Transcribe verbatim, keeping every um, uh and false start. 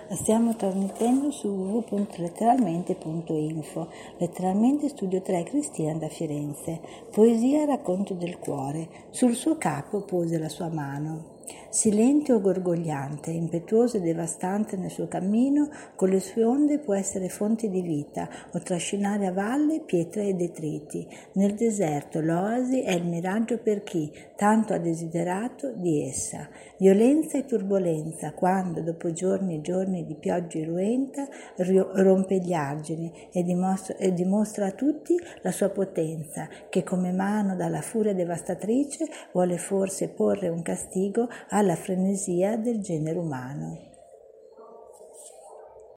Stiamo trasmettendo su w w w punto letteralmente punto info. Letteralmente Studio tre Cristina da Firenze. Poesia racconto del cuore. Sul suo capo pose la sua mano. Silente o gorgogliante, impetuoso e devastante nel suo cammino, con le sue onde può essere fonte di vita o trascinare a valle pietre e detriti. Nel deserto l'oasi è il miraggio per chi tanto ha desiderato di essa. Violenza e turbolenza, quando dopo giorni e giorni di pioggia irruenta rompe gli argini e dimostra, e dimostra a tutti la sua potenza, che come mano dalla furia devastatrice vuole forse porre un castigo alla frenesia del genere umano.